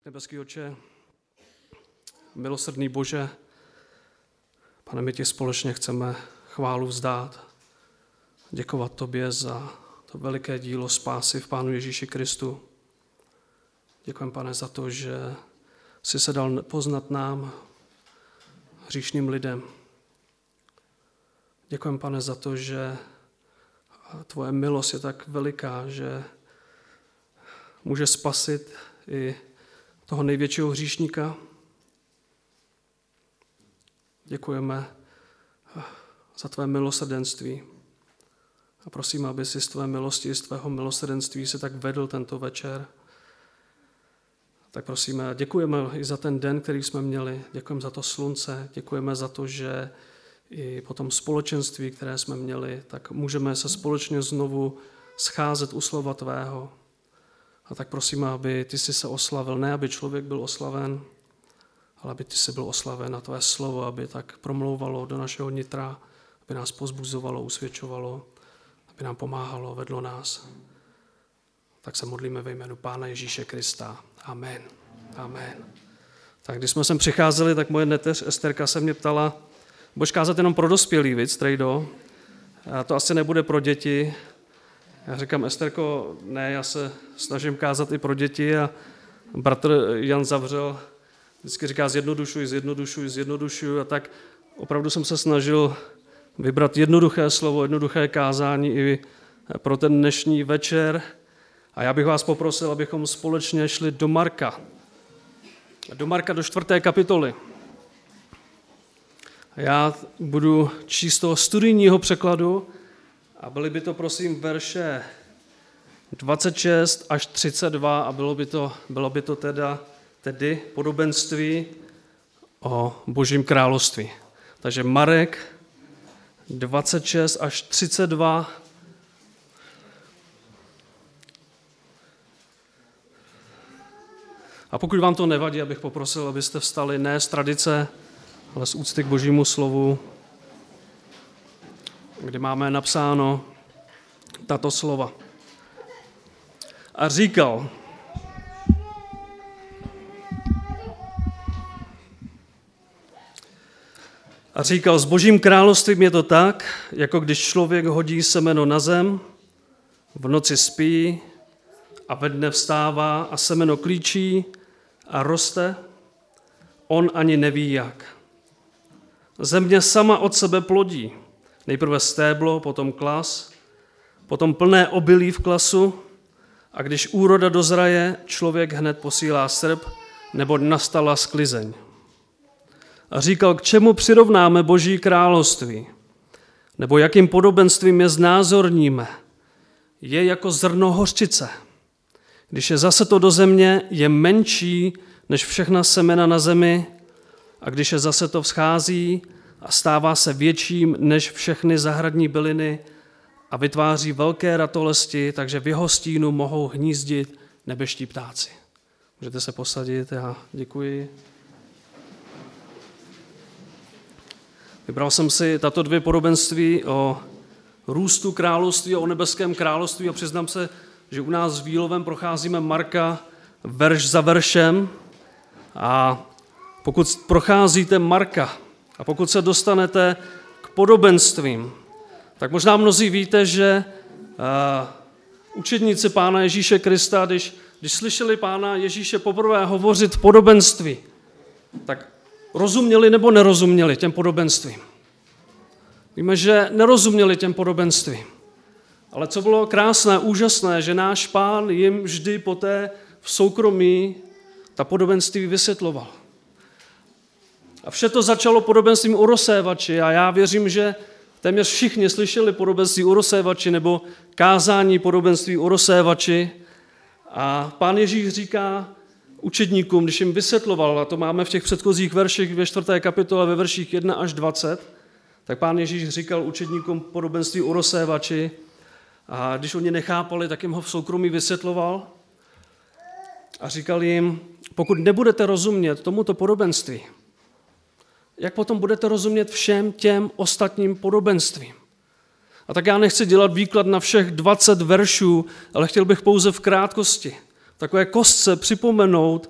Nebeský Otče, milosrdný Bože, Pane, my ti společně chceme chválu vzdát, děkovat tobě za to veliké dílo spásy v Pánu Ježíši Kristu. Děkujeme, Pane, za to, že jsi se dal poznat nám, hříšným lidem. Děkujeme, Pane, za to, že tvoje milost je tak veliká, že může spasit i toho největšího hříšníka. Děkujeme za tvé milosrdenství a prosím, aby si z tvé milosti, z tvého milosrdenství si tak vedl tento večer. Tak prosíme a děkujeme i za ten den, který jsme měli. Děkujeme za to slunce, děkujeme za to, že i po tom společenství, které jsme měli, tak můžeme se společně znovu scházet u slova tvého. A tak prosím, aby ty jsi se oslavil, ne aby člověk byl oslaven, ale aby ty jsi byl oslaven a tvé slovo, aby tak promlouvalo do našeho nitra, aby nás pozbuzovalo, usvědčovalo, aby nám pomáhalo, vedlo nás. Tak se modlíme ve jménu Pána Ježíše Krista. Amen. Amen. Tak když jsme sem přicházeli, tak moje neteř Esterka se mě ptala, budeš kázat jenom pro dospělý, viď, strejdo? A to asi nebude pro děti. Já říkám, Esterko, ne, já se snažím kázat i pro děti a bratr Jan Zavřel vždycky říká zjednodušuj a tak opravdu jsem se snažil vybrat jednoduché slovo, jednoduché kázání i pro ten dnešní večer. A já bych vás poprosil, abychom společně šli do Marka. Do Marka, do 4. kapitoly. Já budu číst toho studijního překladu a byly by to, prosím, verše 26 až 32 a bylo by to tedy podobenství o Božím království. Takže Marek 26 až 32. A pokud vám to nevadí, abych poprosil, abyste vstali ne z tradice, ale z úcty k Božímu slovu, kde máme napsáno tato slova. A říkal, s Božím královstvím je to tak, jako když člověk hodí semeno na zem, v noci spí a ve dne vstává a semeno klíčí a roste, on ani neví jak. Země sama od sebe plodí. Nejprve stéblo, potom klas, potom plné obilí v klasu a když úroda dozraje, člověk hned posílá srp, nebo nastala sklizeň. A říkal, k čemu přirovnáme Boží království, nebo jakým podobenstvím je znázorníme. Je jako zrno hořčice. Když je zaseto do země, je menší než všechna semena na zemi a když je zaseto vzchází a stává se větším než všechny zahradní byliny a vytváří velké ratolesti, takže v jeho stínu mohou hnízdit nebeští ptáci. Můžete se posadit, já děkuji. Vybral jsem si tato dvě podobenství o růstu království a o nebeském království a přiznám se, že u nás v Jílovém procházíme Marka verš za veršem a pokud procházíte Marka a pokud se dostanete k podobenstvím, tak možná mnozí víte, že učedníci Pána Ježíše Krista, když slyšeli Pána Ježíše poprvé hovořit v podobenství, tak rozuměli nebo nerozuměli těm podobenstvím. Víme, že nerozuměli těm podobenstvím. Ale co bylo krásné, úžasné, že náš Pán jim vždy poté v soukromí ta podobenství vysvětloval. A vše to začalo podobenstvím o rozsévači a já věřím, že téměř všichni slyšeli podobenství o rozsévači nebo kázání podobenství o rozsévači. A Pán Ježíš říká učedníkům, když jim vysvětloval, a to máme v těch předchozích verších ve 4. kapitole ve verších 1 až 20, tak Pán Ježíš říkal učedníkům podobenství o rozsévači a když oni nechápali, tak jim ho v soukromí vysvětloval a říkal jim, pokud nebudete rozumět tomuto podobenství, jak potom budete rozumět všem těm ostatním podobenstvím? A tak já nechci dělat výklad na všech 20 veršů, ale chtěl bych pouze v krátkosti, takové kostce připomenout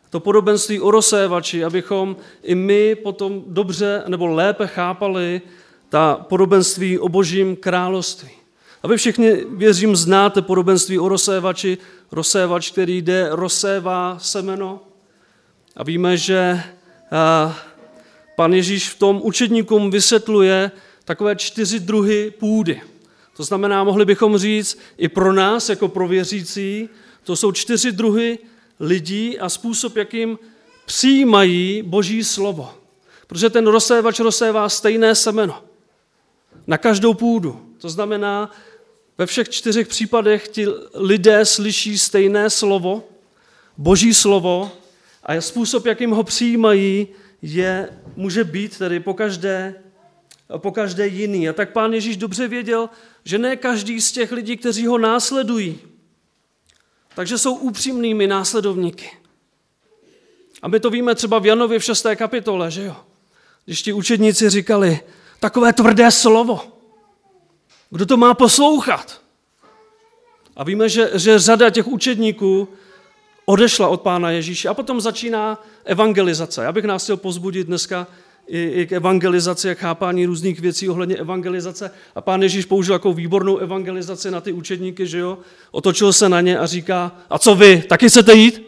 To podobenství o rozsévači, abychom i my potom dobře nebo lépe chápali ta podobenství o Božím království. A vy všichni, věřím, znáte podobenství o rozsévači. Rozsévač, který jde, rozsévá semeno. A víme, že Pan Ježíš v tom učedníkům vysvětluje takové 4 druhy půdy. To znamená, mohli bychom říct, i pro nás, jako pro věřící, to jsou 4 druhy lidí a způsob, jakým přijímají Boží slovo. Protože ten rozsévač rozsévá stejné semeno na každou půdu. To znamená, ve všech 4 případech ti lidé slyší stejné slovo, Boží slovo, a způsob, jakým ho přijímají, může být tedy po každé jiný. A tak Pán Ježíš dobře věděl, že ne každý z těch lidí, kteří ho následují, takže jsou upřímnými následovníky. A my to víme třeba v Janově v 6. kapitole, že jo? Když ti učedníci říkali, takové tvrdé slovo, kdo to má poslouchat? A víme, že řada těch učedníků odešla od Pána Ježíše a potom začíná evangelizace. Já bych nás chtěl povzbudit dneska i k evangelizaci a chápání různých věcí ohledně evangelizace. A Pán Ježíš použil jako výbornou evangelizaci na ty učedníky, že jo? Otočil se na ně a říká, a co vy, taky chcete jít?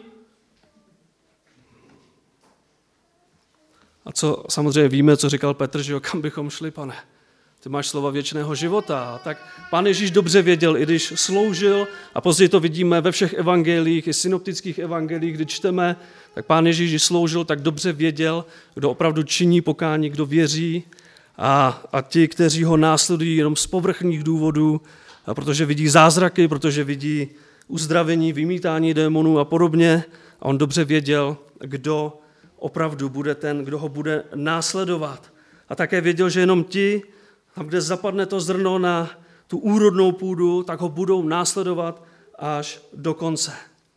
A co samozřejmě víme, co říkal Petr, že jo, kam bychom šli, Pane? Ty máš slova věčného života. Tak Pán Ježíš dobře věděl, i když sloužil, a později to vidíme ve všech evangelích, i synoptických evangelích, kdy čteme, tak Pán Ježíš, když sloužil, tak dobře věděl, kdo opravdu činí pokání, kdo věří a ti, kteří ho následují jenom z povrchních důvodů, a protože vidí zázraky, protože vidí uzdravení, vymítání démonů a podobně. A on dobře věděl, kdo opravdu bude ten, kdo ho bude následovat. A také věděl, že jenom ti, tam, kde zapadne to zrno na tu úrodnou půdu, tak ho budou následovat až do konce.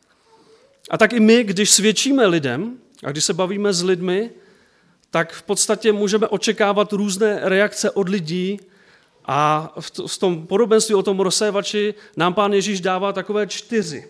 A tak i my, když svědčíme lidem a když se bavíme s lidmi, tak v podstatě můžeme očekávat různé reakce od lidí a v tom podobenství o tom rozsévači nám Pán Ježíš dává takové 4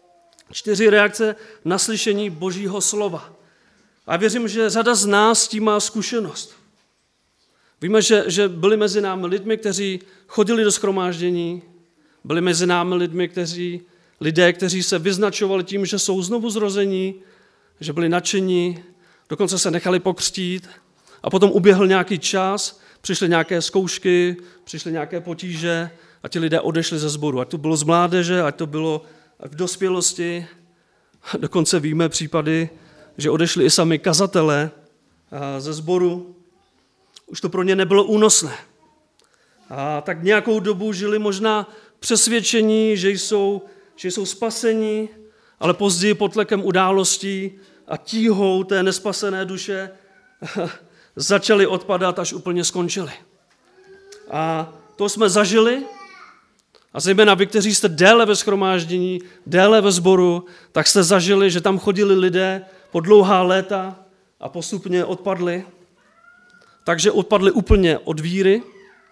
reakce na slyšení Božího slova. A věřím, že řada z nás s tím má zkušenost. Víme, že byli mezi námi lidmi, kteří chodili do shromáždění, byli mezi námi lidé, kteří se vyznačovali tím, že jsou znovu zrození, že byli nadšení, dokonce se nechali pokřtít a potom uběhl nějaký čas, přišly nějaké zkoušky, přišly nějaké potíže a ti lidé odešli ze sboru. Ať to bylo z mládeže, ať to bylo v dospělosti. Dokonce víme případy, že odešli i sami kazatelé ze sboru. Už to pro ně nebylo únosné. A tak nějakou dobu žili možná přesvědčení, že jsou spaseni, ale později pod tlakem událostí a tíhou té nespasené duše začali odpadat, až úplně skončili. A to jsme zažili, a zejména vy, kteří jste déle ve shromáždění, déle ve sboru, tak jste zažili, že tam chodili lidé po dlouhá léta a postupně odpadli. Takže odpadli úplně od víry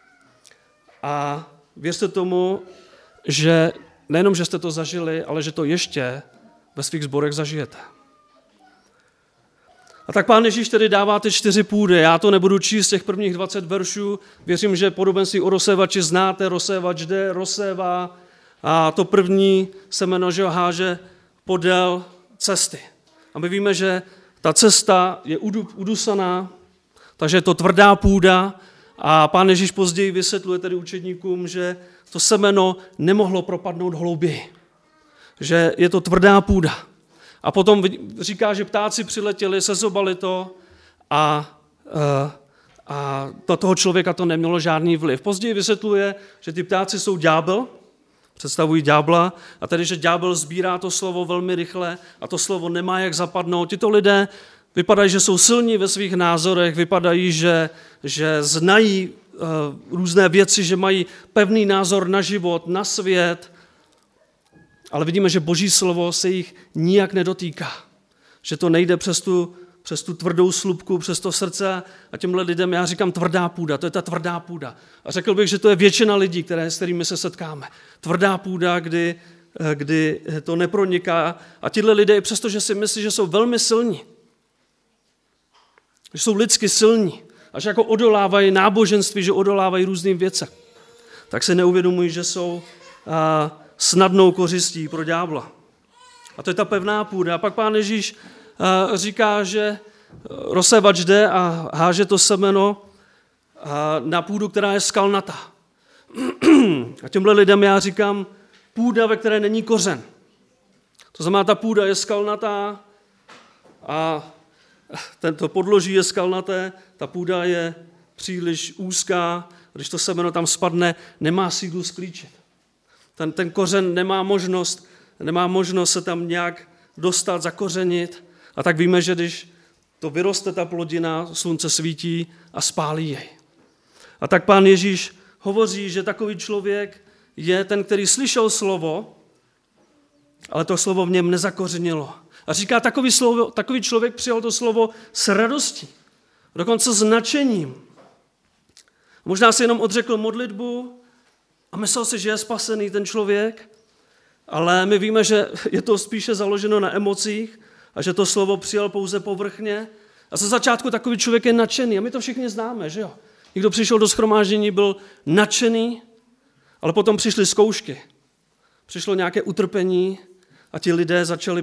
a věřte tomu, že nejenom, že jste to zažili, ale že to ještě ve svých sborech zažijete. A tak Pán Ježíš tedy dává ty 4 půdy. Já to nebudu číst těch prvních 20 veršů. Věřím, že podobenství o rozsévači znáte. Rozsévač jde, rozsévá a to první semeno, že ho háže podél cesty. A my víme, že ta cesta je udusaná, takže je to tvrdá půda a Pán Ježíš později vysvětluje tedy učedníkům, že to semeno nemohlo propadnout hlouběji. Že je to tvrdá půda. A potom říká, že ptáci přiletěli, sezobali to a na toho člověka to nemělo žádný vliv. Později vysvětluje, že ty ptáci jsou ďábel, představují ďábla, a tedy, že ďábel sbírá to slovo velmi rychle a to slovo nemá jak zapadnout. Tito lidé vypadají, že jsou silní ve svých názorech, vypadají, že znají různé věci, že mají pevný názor na život, na svět, ale vidíme, že Boží slovo se jich nijak nedotýká. Že to nejde přes tu tvrdou slupku, přes to srdce a těmhle lidem já říkám tvrdá půda, to je ta tvrdá půda. A řekl bych, že to je většina lidí, s kterými se setkáme. Tvrdá půda, kdy kdy to neproniká. A tihle lidé, přestože si myslí, že jsou velmi silní, že jsou lidsky silní, a že jako odolávají náboženství, že odolávají různým věcem, tak se neuvědomují, že jsou snadnou kořistí pro ďábla. A to je ta pevná půda. A pak Pán Ježíš říká, že rozsévač jde a háže to semeno na půdu, která je skalnatá. A těmhle lidem já říkám půda, ve které není kořen. To znamená, ta půda je skalnatá a tento podloží je skalnaté, ta půda je příliš úzká, když to semeno tam spadne, nemá sílu sklíčit. Ten kořen nemá možnost se tam nějak dostat, zakořenit. A tak víme, že když to vyroste ta plodina, slunce svítí a spálí jej. A tak Pán Ježíš hovoří, že takový člověk je ten, který slyšel slovo, ale to slovo v něm nezakořenilo. A říká, takový člověk přijal to slovo s radostí, dokonce s nadšením. Možná si jenom odřekl modlitbu a myslel si, že je spasený ten člověk, ale my víme, že je to spíše založeno na emocích a že to slovo přijal pouze povrchně. A ze začátku takový člověk je nadšený. A my to všichni známe, že jo? Někdo přišel do shromáždění, byl nadšený, ale potom přišly zkoušky. Přišlo nějaké utrpení a ti lidé začali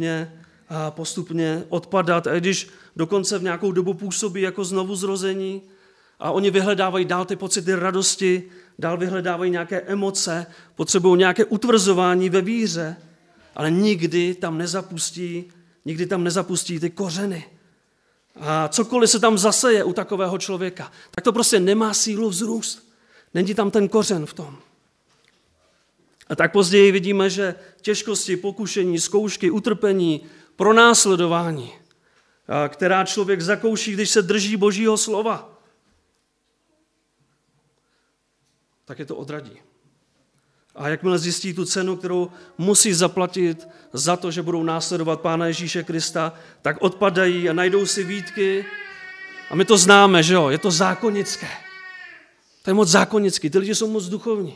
postupně odpadat. A když dokonce v nějakou dobu působí jako znovu zrození a oni vyhledávají dál ty pocity radosti, dál vyhledávají nějaké emoce, potřebují nějaké utvrzování ve víře, ale nikdy tam nezapustí ty kořeny. A cokoliv se tam zaseje u takového člověka, tak to prostě nemá sílu vzrůst. Není tam ten kořen v tom. A tak později vidíme, že těžkosti, pokušení, zkoušky, utrpení, pronásledování, která člověk zakouší, když se drží Božího slova, tak je to odradí. A jakmile zjistí tu cenu, kterou musí zaplatit za to, že budou následovat Pána Ježíše Krista, tak odpadají a najdou si výtky. A my to známe, že jo? Je to zákonické. To je moc zákonický. Ty lidi jsou moc duchovní.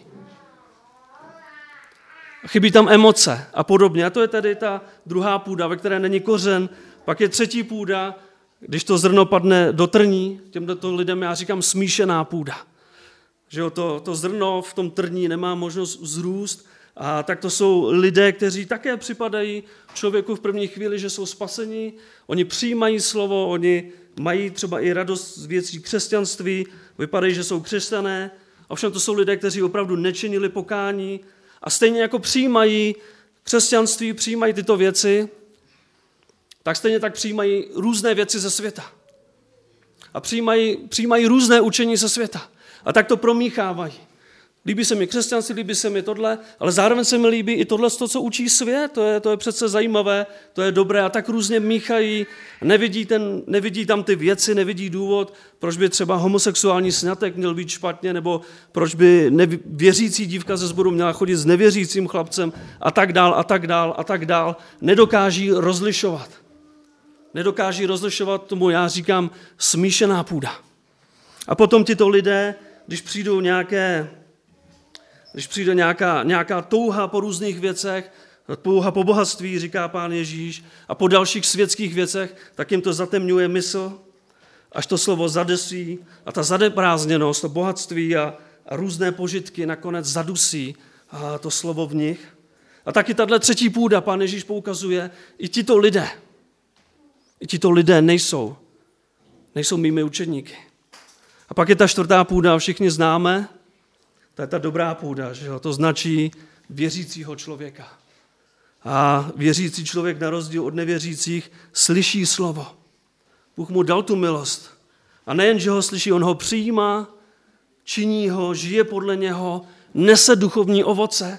A chybí tam emoce a podobně. A to je tedy ta druhá půda, ve které není kořen. Pak je třetí půda, když to zrno padne do trní. Těmto lidem já říkám smíšená půda. Že jo, to zrno v tom trní nemá možnost vzrůst a tak to jsou lidé, kteří také připadají člověku v první chvíli, že jsou spaseni, oni přijímají slovo, oni mají třeba i radost z věcí křesťanství, vypadají, že jsou křesťané, ovšem to jsou lidé, kteří opravdu nečinili pokání a stejně jako přijímají křesťanství, přijímají tyto věci, tak stejně tak přijímají různé věci ze světa. A přijímají různé učení ze světa. A tak to promíchávají. Líbí se mi křesťanství, líbí se mi tohle, ale zároveň se mi líbí i tohle, co učí svět. To je přece zajímavé, to je dobré. A tak různě míchají, nevidí tam ty věci, nevidí důvod, proč by třeba homosexuální sňatek měl být špatně, nebo proč by věřící dívka ze sboru měla chodit s nevěřícím chlapcem a tak dál, a tak dál, a tak dál. Nedokáží rozlišovat, tomu já říkám smíšená půda. A potom tito lidé, když přijde nějaká touha po různých věcech, touha po bohatství, říká Pán Ježíš, a po dalších světských věcech, tak jim to zatemňuje mysl, až to slovo zadesí a ta zadeprázdněnost, to bohatství a různé požitky nakonec zadusí a to slovo v nich. A taky tato třetí půda, Pán Ježíš poukazuje, i tito lidé nejsou mými učedníky. A pak je ta čtvrtá půda, všichni známe, to je ta dobrá půda, že jo? To značí věřícího člověka. A věřící člověk na rozdíl od nevěřících slyší slovo. Bůh mu dal tu milost. A nejen, že ho slyší, on ho přijímá, činí ho, žije podle něho, nese duchovní ovoce.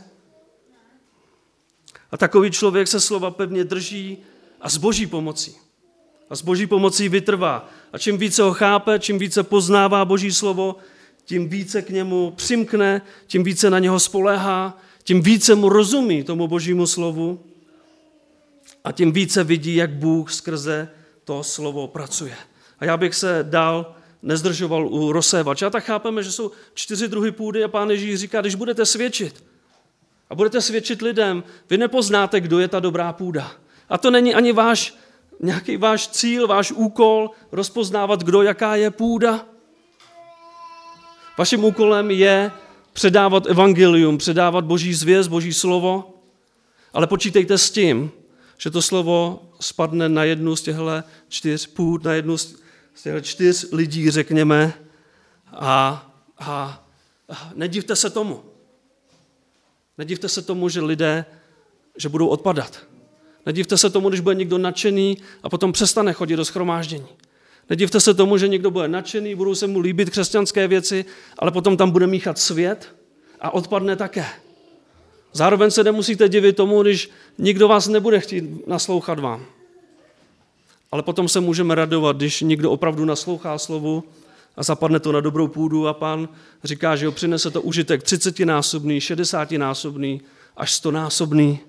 A takový člověk se slova pevně drží a s Boží pomocí vytrvá. A čím více ho chápe, čím více poznává Boží slovo, tím více k němu přimkne, tím více na něho spoléhá, tím více mu rozumí tomu Božímu slovu a tím více vidí, jak Bůh skrze to slovo pracuje. A já bych se dál nezdržoval u rozsévače. A tak chápeme, že jsou 4 druhy půdy a Pán Ježíš říká, když budete svědčit, A budete svědčit lidem, vy nepoznáte, kdo je ta dobrá půda. A to není ani nějaký váš cíl, váš úkol rozpoznávat, kdo jaká je půda. Vaším úkolem je předávat evangelium, předávat Boží zvěst, Boží slovo, ale počítejte s tím, že to slovo spadne na jednu z těchto 4 půd, na jednu z těchto 4 lidí, řekněme, a nedivte se tomu. Nedivte se tomu, že lidé, že budou odpadat. Nedivte se tomu, když bude někdo nadšený a potom přestane chodit do shromáždění. Nedivte se tomu, že někdo bude nadšený, budou se mu líbit křesťanské věci, ale potom tam bude míchat svět a odpadne také. Zároveň se nemusíte divit tomu, když nikdo vás nebude chtít naslouchat vám. Ale potom se můžeme radovat, když někdo opravdu naslouchá slovu a zapadne to na dobrou půdu a Pán říká, že ho přinese to užitek 30násobný, 60násobný až 100násobný.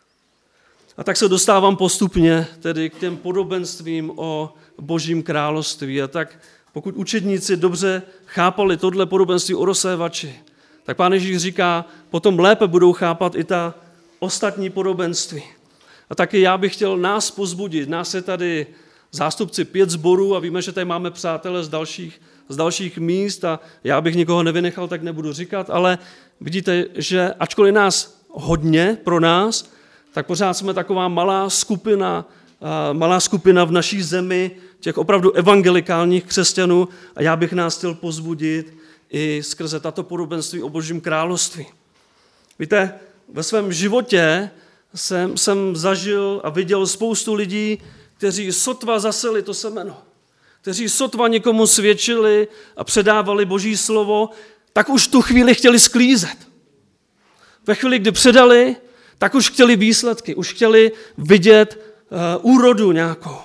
A tak se dostávám postupně tedy k těm podobenstvím o Božím království. A tak pokud učedníci dobře chápali tohle podobenství o rozsévači, tak Pán Ježíš říká, potom lépe budou chápat i ta ostatní podobenství. A taky já bych chtěl nás pozbudit. Nás je tady zástupci 5 sborů a víme, že tady máme přátelé z dalších míst a já bych nikoho nevynechal, tak nebudu říkat, ale vidíte, že ačkoliv nás hodně pro nás, tak pořád jsme taková malá skupina v naší zemi těch opravdu evangelikálních křesťanů a já bych nás chtěl pozbudit i skrze tato podobenství o Božím království. Víte, ve svém životě jsem zažil a viděl spoustu lidí, kteří sotva zaseli to semeno, kteří sotva někomu svědčili a předávali Boží slovo, tak už tu chvíli chtěli sklízet. Ve chvíli, kdy předali, tak už chtěli výsledky, už chtěli vidět úrodu nějakou.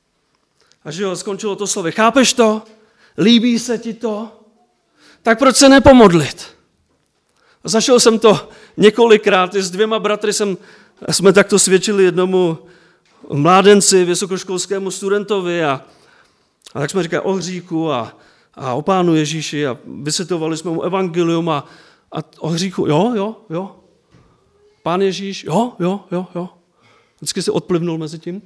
A že jo, skončilo to slovo. Chápeš to? Líbí se ti to? Tak proč se nepomodlit? Zažil jsem to několikrát, s 2 bratry jsme takto svědčili jednomu mládenci, vysokoškolskému studentovi a tak jsme říkali o hříchu a o Pánu Ježíši a vysvětlovali jsme mu evangelium a o hříchu, jo. Pán Ježíš, jo. Vždycky se odplivnul mezi tím.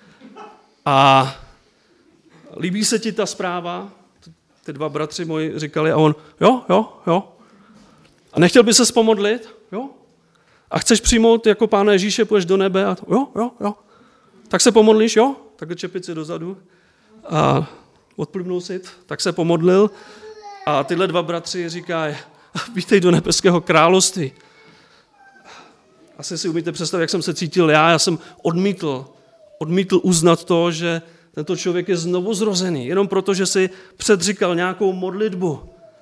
A líbí se ti ta zpráva? Ty 2 bratři moji říkali a on, jo. A nechtěl by se pomodlit? Jo. A chceš přijmout jako Pána Ježíše, půjdeš do nebe? A jo. Tak se pomodlíš, jo? Takhle čepici dozadu. A odplivnul si, tak se pomodlil. A tyhle 2 bratři říkají, vítej do nebeského království. Asi si umíte představit, jak jsem se cítil já jsem odmítl uznat to, že tento člověk je znovu zrozený, jenom proto, že si předříkal nějakou modlitbu.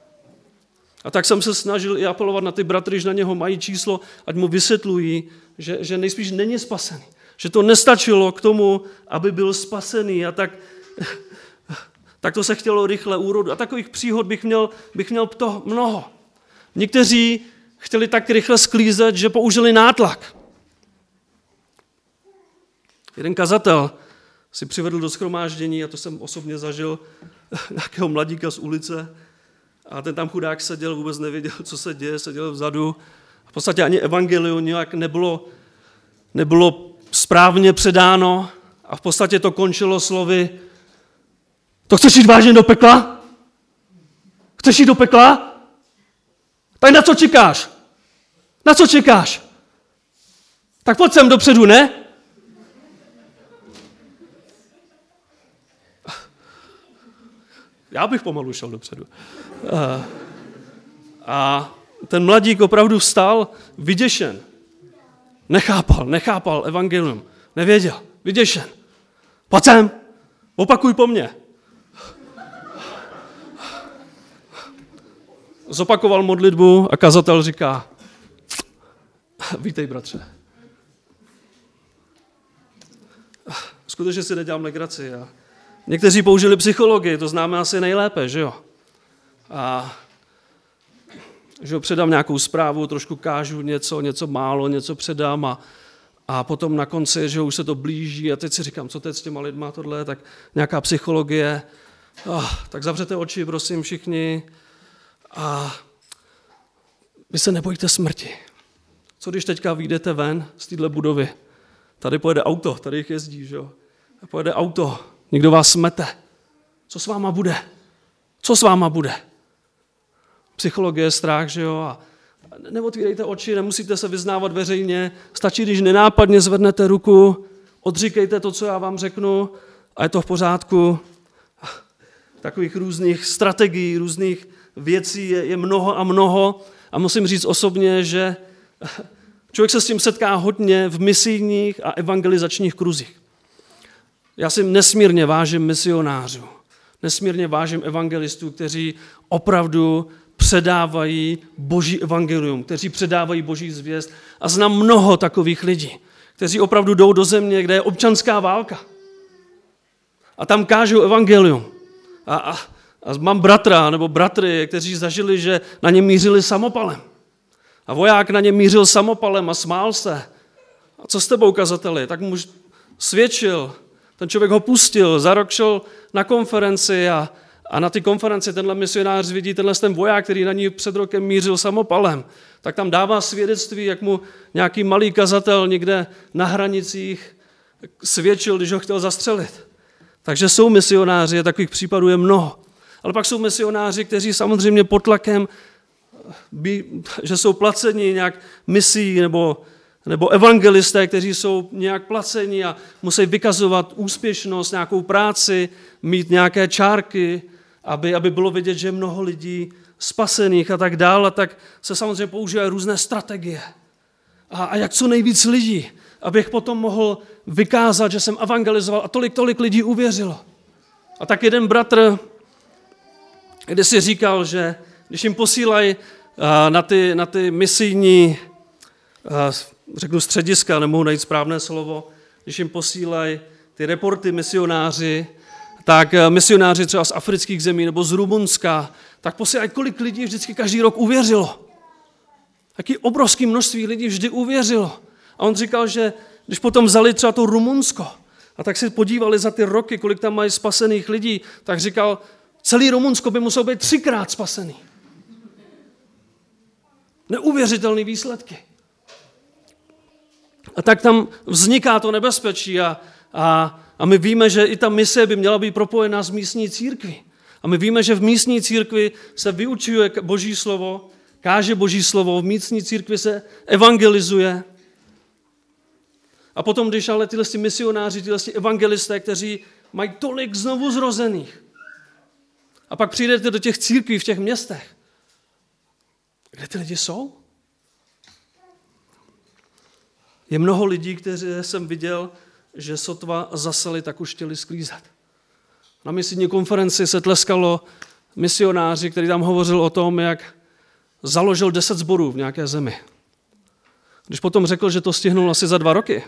A tak jsem se snažil i apelovat na ty bratry, že na něho mají číslo, ať mu vysvětlují, že nejspíš není spasený. Že to nestačilo k tomu, aby byl spasený. A tak to se chtělo rychle úrodu. A takových příhod bych měl to mnoho. Někteří chtěli tak rychle sklízet, že použili nátlak. Jeden kazatel si přivedl do shromáždění, a to jsem osobně zažil, nějakého mladíka z ulice, a ten tam chudák seděl, vůbec nevěděl, co se děje, seděl vzadu. V podstatě ani evangelium nějak nebylo správně předáno a v podstatě to končilo slovy: to chceš jít vážně do pekla? Chceš jít do pekla? Tak na co čekáš? Na co čekáš? Tak pojď sem dopředu, ne? Já bych pomalu šel dopředu. A ten mladík opravdu vstal vyděšen. Nechápal evangelium. Nevěděl. Vyděšen. Pojď sem. Opakuj po mně. Zopakoval modlitbu a kazatel říká: vítej, bratře. Skutečně si nedělám legraci. Někteří použili psychologii, to známe asi nejlépe, že jo? A že jo, předám nějakou zprávu, trošku kážu něco málo, něco předám a potom na konci, že jo, už se to blíží a teď si říkám, co teď s těma lidma tohle, tak nějaká psychologie. Tak zavřete oči, prosím, všichni. A vy se nebojte smrti. Co když teďka vyjdete ven z téhle budovy? Tady pojede auto, tady jich jezdí, že jo? Pojede auto, někdo vás smete. Co s váma bude? Co s váma bude? Psychologie je strach, že jo? A neotvírejte oči, nemusíte se vyznávat veřejně, stačí, když nenápadně zvednete ruku, odříkejte to, co já vám řeknu a je to v pořádku. Takových různých strategií, různých věcí je mnoho a mnoho a musím říct osobně, že člověk se s tím setká hodně v misijních a evangelizačních kruzích. Já si nesmírně vážím misionářů, nesmírně vážím evangelistů, kteří opravdu předávají Boží evangelium, kteří předávají Boží zvěst a znám mnoho takových lidí, kteří opravdu jdou do země, kde je občanská válka a tam kážou evangelium. A mám bratra nebo bratry, kteří zažili, že na ně mířili samopalem. A voják na ně mířil samopalem a smál se. A co s tebou, kazateli? Tak mu svědčil. Ten člověk ho pustil, za rok šel na konferenci a na ty konferenci tenhle misionář vidí ten voják, který na ní před rokem mířil samopalem. Tak tam dává svědectví, jak mu nějaký malý kazatel někde na hranicích svědčil, když ho chtěl zastřelit. Takže jsou misionáři, takových případů je mnoho. Ale pak jsou misionáři, kteří samozřejmě pod tlakem, že jsou placeni nějak misí nebo evangelisté, kteří jsou nějak placeni a musí vykazovat úspěšnost, nějakou práci, mít nějaké čárky, aby bylo vidět, že je mnoho lidí spasených a tak dále, tak se samozřejmě používají různé strategie. A jak co nejvíc lidí, abych potom mohl vykázat, že jsem evangelizoval a tolik lidí uvěřilo. A tak jeden bratr, kde si říkal, že když jim posílají na ty misijní, řeknu střediska, nemohu najít správné slovo, když jim posílají ty reporty misionáři, tak misionáři třeba z afrických zemí nebo z Rumunska, tak posílají, kolik lidí vždycky každý rok uvěřilo. Taky obrovské množství lidí vždy uvěřilo. A on říkal, že když potom vzali třeba to Rumunsko a tak si podívali za ty roky, kolik tam mají spasených lidí, tak říkal, celý Rumunsko by muselo být 3krát spasený. Neuvěřitelné výsledky. A tak tam vzniká to nebezpečí a my víme, že i ta mise by měla být propojená s místní církví. A my víme, že v místní církvi se vyučuje Boží slovo, káže Boží slovo, v místní církvi se evangelizuje. A potom, když ale tyhle misionáři, tyhle evangelisté, kteří mají tolik znovu zrozených, a pak přijdete do těch církví v těch městech, kde ty lidi jsou? Je mnoho lidí, kteří jsem viděl, že sotva zaseli, tak už chtěli sklízet. Na misijní konferenci se tleskalo misionáři, který tam hovořil o tom, jak založil 10 sborů v nějaké zemi. Když potom řekl, že to stihnul asi za 2 roky.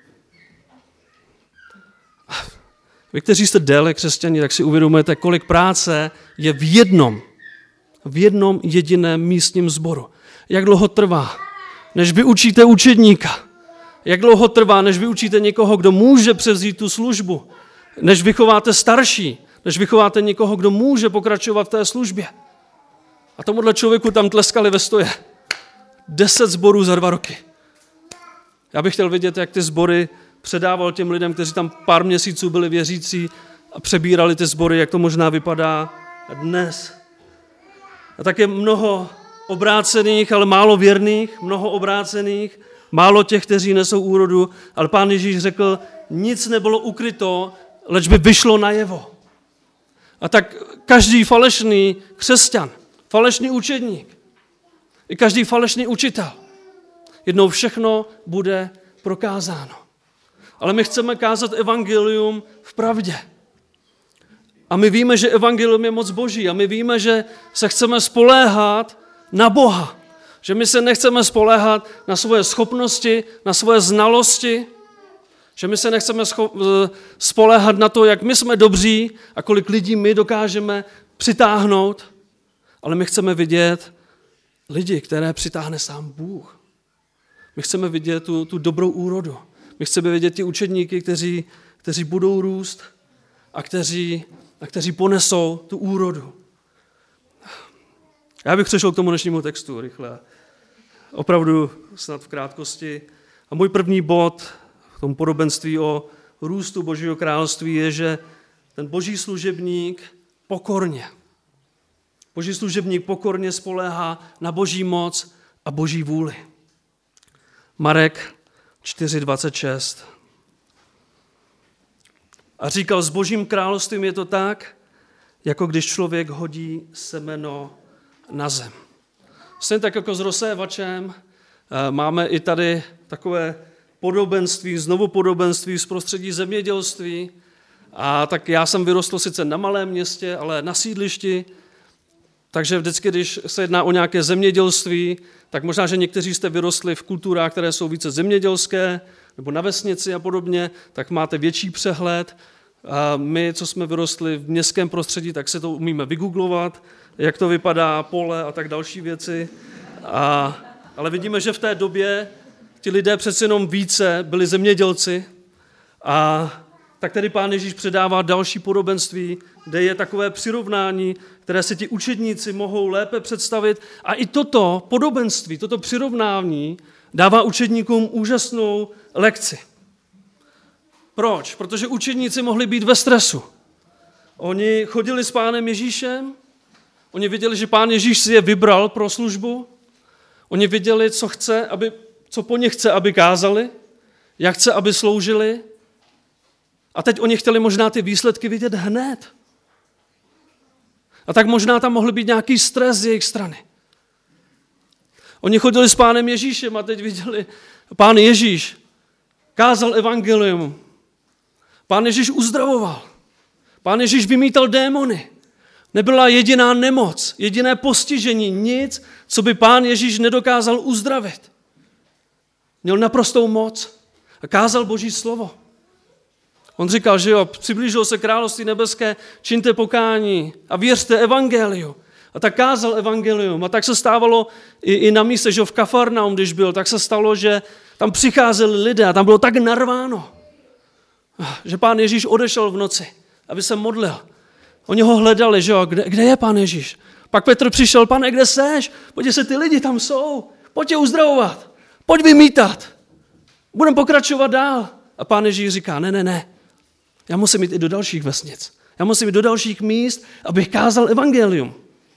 Vy, kteří jste déle křesťaní, tak si uvědomujete, kolik práce je v jednom jediném místním sboru. Jak dlouho trvá, než vyučíte učedníka? Jak dlouho trvá, než vyučíte někoho, kdo může převzít tu službu? Než vychováte starší, než vychováte někoho, kdo může pokračovat v té službě? A tomuhle člověku tam tleskali ve stoje. 10 sborů za 2 roky. Já bych chtěl vidět, jak ty sbory předával těm lidem, kteří tam pár měsíců byli věřící a přebírali ty sbory, jak to možná vypadá dnes. A tak je mnoho obrácených, ale málo věrných, mnoho obrácených, málo těch, kteří nesou úrodu, ale Pán Ježíš řekl, nic nebylo ukryto, leč by vyšlo najevo. A tak každý falešný křesťan, falešný učedník, i každý falešný učitel, jednou všechno bude prokázáno. Ale my chceme kázat evangelium v pravdě. A my víme, že evangelium je moc Boží a my víme, že se chceme spoléhat na Boha. Že my se nechceme spoléhat na svoje schopnosti, na svoje znalosti, že my se nechceme spoléhat na to, jak my jsme dobří a kolik lidí my dokážeme přitáhnout, ale my chceme vidět lidi, které přitáhne sám Bůh. My chceme vidět tu dobrou úrodu. My chceme vidět ty učedníky, kteří budou růst a kteří ponesou tu úrodu. Já bych přešel k tomu dnešnímu textu rychle. opravdu snad v krátkosti. A můj první bod v tom podobenství o růstu Božího království je, že ten boží služebník pokorně spoléhá na boží moc a boží vůli. Marek 4:26. A říkal, s Božím královstvím je to tak, jako když člověk hodí semeno na zem. Stejně tak jako s rozsévačem, máme i tady takové podobenství, znovu podobenství z prostředí zemědělství. A tak já jsem vyrostl sice na malém městě, ale na sídlišti, takže vždycky, když se jedná o nějaké zemědělství, tak možná, že někteří jste vyrostli v kulturách, které jsou více zemědělské, nebo na vesnici a podobně, tak máte větší přehled. A my, co jsme vyrostli v městském prostředí, tak se to umíme vygooglovat, jak to vypadá, pole a tak další věci. Ale vidíme, že v té době ti lidé přeci jenom více byli zemědělci. A tak tedy Pán Ježíš předává další podobenství, kde je takové přirovnání, které si ti učedníci mohou lépe představit. A i toto podobenství, toto přirovnání dává učedníkům úžasnou lekci. Proč? Protože učedníci mohli být ve stresu. Oni chodili s Pánem Ježíšem, oni věděli, že Pán Ježíš si je vybral pro službu, oni věděli, co po nich chce, aby kázali, jak chce, aby sloužili. A teď oni chtěli možná ty výsledky vidět hned. A tak možná tam mohl být nějaký stres z jejich strany. Oni chodili s Pánem Ježíšem a teď viděli, Pán Ježíš kázal evangelium. Pán Ježíš uzdravoval. Pán Ježíš vymítal démony. Nebyla jediná nemoc, jediné postižení, nic, co by Pán Ježíš nedokázal uzdravit. Měl naprostou moc a kázal Boží slovo. On říkal, že jo, přiblížilo se království nebeské, čiňte pokání a věřte evangeliu. A tak kázal evangelium. A tak se stávalo i na místě, že v Kafarnaum, když byl, tak se stalo, že tam přicházeli lidé a tam bylo tak narváno, že Pán Ježíš odešel v noci, aby se modlil. Oni ho hledali, že jo, kde je Pán Ježíš? Pak Petr přišel, Pane, kde seš? Pojď se ty lidi tam jsou, pojď je uzdravovat, pojď vymítat, budeme pokračovat dál. A Pán Ježíš říká, ne, já musím jít i do dalších vesnic, já musím jít do dalších míst, abych kázal evangelium.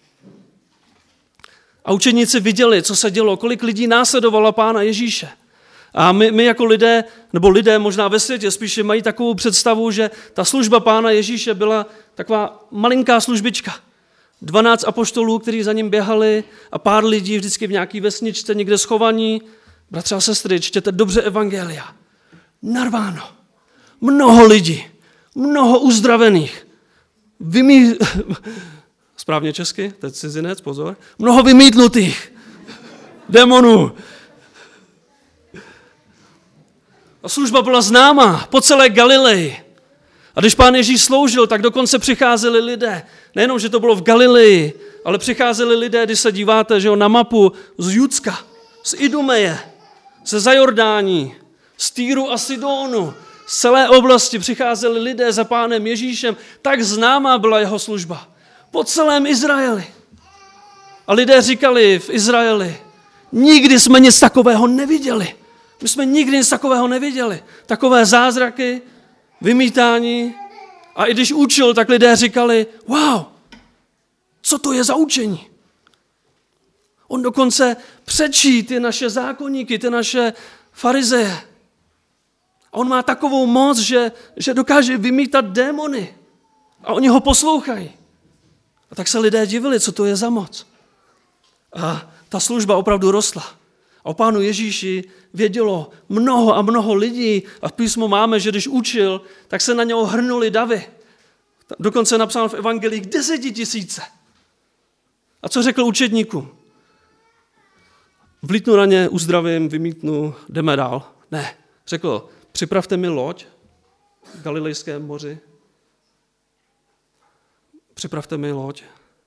A učeníci viděli, co se dělo, kolik lidí následovalo Pána Ježíše. A my jako lidé, nebo lidé možná ve světě spíše mají takovou představu, že ta služba Pána Ježíše byla taková malinká službička. 12 apoštolů, kteří za ním běhali a pár lidí vždycky v nějaký vesničce někde schovaní. Bratři a sestry, čtěte dobře evangelia. Narváno. Mnoho lidí. Mnoho uzdravených. Správně česky? Teď cizinec, pozor. Mnoho vymítnutých démonů. A služba byla známá po celé Galileji. A když Pán Ježíš sloužil, tak dokonce přicházeli lidé. Nejenom, že to bylo v Galileji, ale přicházeli lidé, když se díváte, že jo, na mapu z Judska, z Idumeje, ze Zajordání, z Týru a Sidónu. Z celé oblasti přicházeli lidé za Pánem Ježíšem. Tak známá byla jeho služba. Po celém Izraeli. A lidé říkali v Izraeli, nikdy jsme nic takového neviděli. My jsme nikdy nic takového neviděli. Takové zázraky, vymítání. A i když učil, tak lidé říkali, wow, co to je za učení? On dokonce přečí ty naše zákonníky, ty naše farizeje. A on má takovou moc, že dokáže vymítat démony. A oni ho poslouchají. A tak se lidé divili, co to je za moc. A ta služba opravdu rostla. A o Pánu Ježíši vědělo mnoho a mnoho lidí. A v písmu máme, že když učil, tak se na něho hrnuli davy. Dokonce napsal v evangelích 10 000. A co řekl učedníkům? Vlítnu na ně, uzdravím, vymítnu, jdeme dál. Ne, řekl, připravte mi loď v Galilejském moři. Připravte mi loď.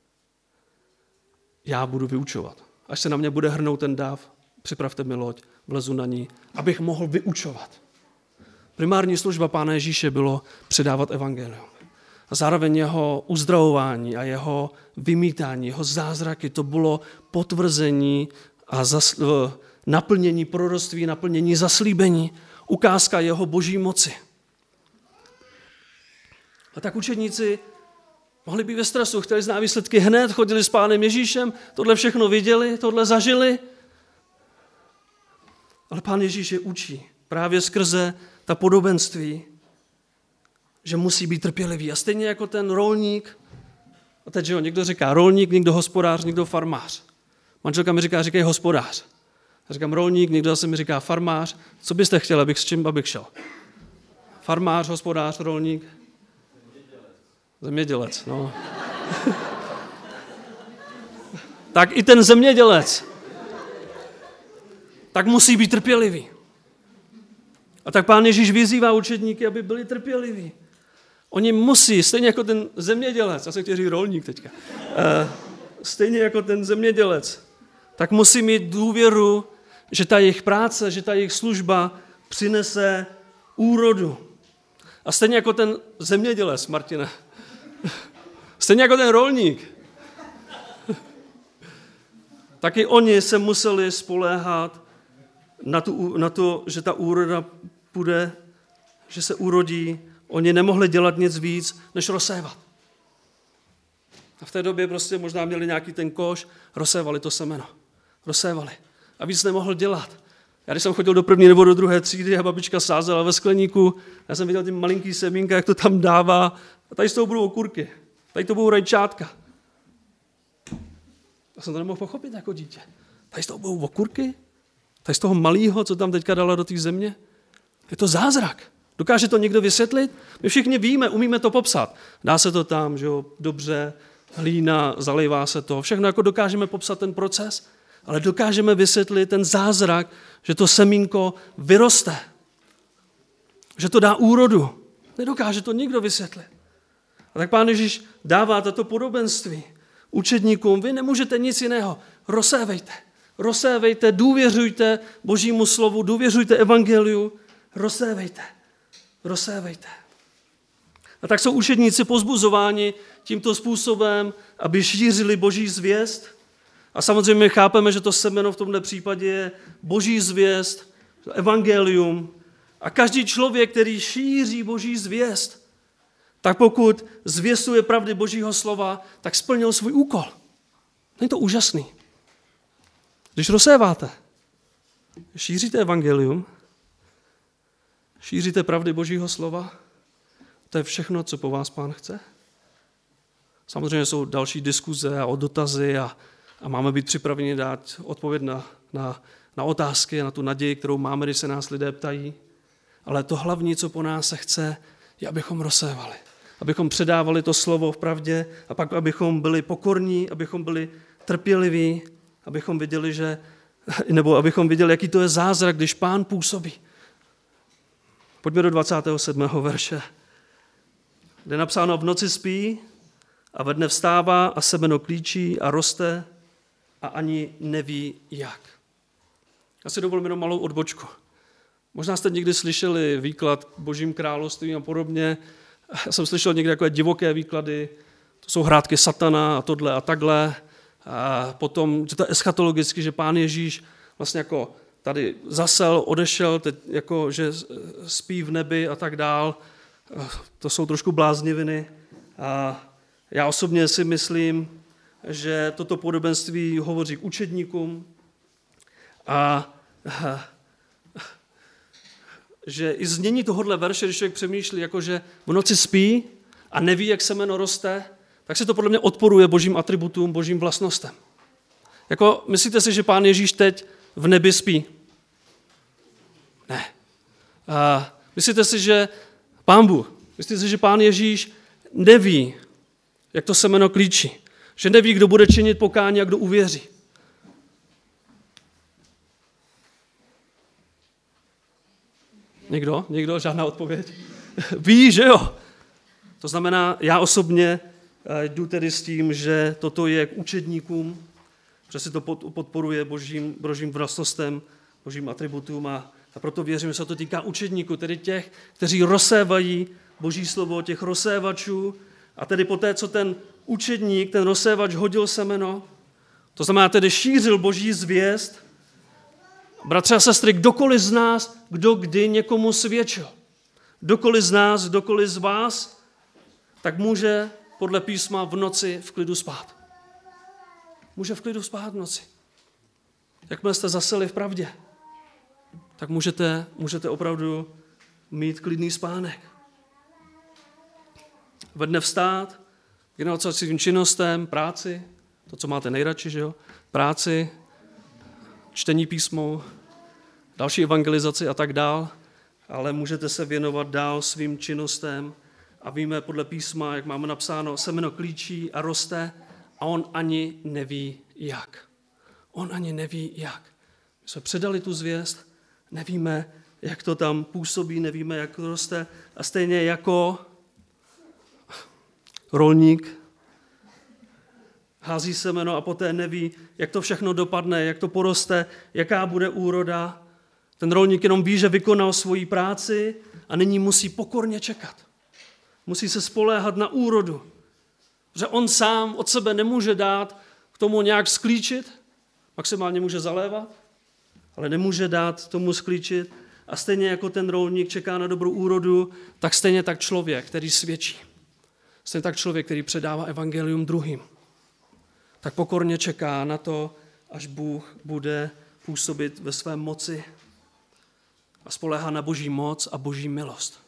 Já budu vyučovat. Až se na mě bude hrnout ten dáv, připravte mi loď, vlezu na ní, abych mohl vyučovat. Primární služba Pána Ježíše bylo předávat evangelium. A zároveň jeho uzdravování a jeho vymítání, jeho zázraky, to bylo potvrzení a naplnění proroctví, naplnění zaslíbení, ukázka jeho boží moci. A tak učedníci mohli být ve stresu, chtěli znát výsledky hned, chodili s Pánem Ježíšem, tohle všechno viděli, tohle zažili. Ale Pán Ježíš je učí právě skrze ta podobenství, že musí být trpělivý. A stejně jako ten rolník, a teď, že jo, někdo říká rolník, někdo hospodář, někdo farmář. Manželka mi říkají hospodář. Já říkám rolník, někdo zase mi říká farmář. Co byste chtěli, s čím abych šel? Farmář, hospodář, rolník? Zemědělec, no. Tak i ten zemědělec tak musí být trpělivý. A tak Pán Ježíš vyzývá učedníky, aby byli trpěliví. Oni musí, stejně jako ten zemědělec, já jsem chtěl říct rolník teďka, stejně jako ten zemědělec, tak musí mít důvěru, že ta jejich práce, že ta jejich služba přinese úrodu. A stejně jako ten zemědělec, Martine, stejně jako ten rolník, taky oni se museli spoléhat na to, že ta úroda půjde, že se urodí. Oni nemohli dělat nic víc, než rozsévat. A v té době prostě možná měli nějaký ten koš, rozsévali to semeno. Rozsévali. A víc nemohl dělat. Já když jsem chodil do první nebo do druhé třídy a babička sázela ve skleníku, já jsem viděl ty malinký semínka, jak to tam dává. A tady z toho budou okurky. Tady to budou rajčátka. Já jsem to nemohl pochopit jako dítě. Tady z toho budou okurky? Tady z toho malého, co tam teďka dala do té země? Je to zázrak. Dokáže to někdo vysvětlit? My všichni víme, umíme to popsat. Dá se to tam, že jo, dobře, hlína, zalejvá se to. Všechno jako dokážeme popsat ten proces, ale dokážeme vysvětlit ten zázrak, že to semínko vyroste. Že to dá úrodu. Nedokáže to nikdo vysvětlit. A tak Pán Ježíš dává tato podobenství učedníkům. Vy nemůžete nic jiného. Rozsévejte. Rozsévejte, důvěřujte Božímu slovu, důvěřujte evangeliu, rozsévejte. Rozsévejte. A tak jsou učedníci pozbuzováni tímto způsobem, aby šířili Boží zvěst. A samozřejmě chápeme, že to semeno v tomto případě je Boží zvěst, evangelium. A každý člověk, který šíří Boží zvěst, tak pokud zvěstuje pravdy Božího slova, tak splnil svůj úkol. Není to úžasný? Když rozséváte, šíříte evangelium, šíříte pravdy Božího slova, to je všechno, co po vás Pán chce. Samozřejmě jsou další diskuze a dotazy a máme být připraveni dát odpověď na otázky, na tu naději, kterou máme, když se nás lidé ptají. Ale to hlavní, co po nás se chce, je, abychom rozsévali. Abychom předávali to slovo v pravdě a pak abychom byli pokorní, abychom byli trpěliví, abychom viděli, jaký to je zázrak, když Pán působí. Pojďme do 27. verše, kde je napsáno: v noci spí a ve dne vstává a semeno klíčí a roste a ani neví jak. Já si dovolím jenom malou odbočku. Možná jste někdy slyšeli výklad Božím království a podobně. Já jsem slyšel někdy takové divoké výklady, to jsou hrátky satana a tohle a takhle. A potom, že to je eschatologicky, že Pán Ježíš vlastně jako tady zasel, odešel, teď jako, že spí v nebi a tak dál. To jsou trošku blázniviny. A já osobně si myslím, že toto podobenství hovoří k učedníkům a že i znění tohohle verše, když člověk přemýšlí, jakože v noci spí a neví, jak semeno roste, tak se to podle mě odporuje Božím atributům, Božím vlastnostem. Jako, myslíte si, že Pán Ježíš teď v nebi spí? Ne. Myslíte si, že Pán Bůh, myslíte si, že Pán Ježíš neví, jak to semeno klíčí? Že neví, kdo bude činit pokání a kdo uvěří? Někdo? Někdo? Žádná odpověď? Ví, že jo? To znamená, já osobně jdu tedy s tím, že toto je k učedníkům, že si to podporuje božím vlastnostem, Božím atributům a proto věřím, že se to týká učedníků, tedy těch, kteří rozsévají Boží slovo, těch rozsévačů. A tedy poté, co ten učedník, ten rozsévač hodil semeno, To znamená, tedy šířil Boží zvěst. Bratři a sestry, kdokoliv z nás, kdo kdy někomu svědčil, kdokoliv z nás, kdokoliv z vás, tak může podle písma v noci v klidu spát. Může v klidu spát v noci. Jakmile jste zaseli v pravdě, tak můžete opravdu mít klidný spánek. Ve dne vstát, věnovat se svým činnostem, práci, to, co máte nejradši, že jo? Práci, čtení písmou, další evangelizaci a tak dál, ale můžete se věnovat dál svým činnostem a víme podle písma, jak máme napsáno, semeno klíčí a roste a on ani neví jak. On ani neví jak. My jsme předali tu zvěst, nevíme, jak to tam působí, nevíme, jak to roste a stejně jako rolník hází semeno a poté neví, jak to všechno dopadne, jak to poroste, jaká bude úroda. Ten rolník jenom ví, že vykonal svoji práci a nyní musí pokorně čekat. Musí se spoléhat na úrodu. Že on sám od sebe nemůže dát k tomu nějak sklíčit, maximálně může zalévat, ale nemůže dát tomu sklíčit. A stejně jako ten rolník čeká na dobrou úrodu, tak stejně tak člověk, který svědčí. Stejně tak člověk, který předává evangelium druhým. Tak pokorně čeká na to, až Bůh bude působit ve své moci a spoléhá na Boží moc a Boží milost.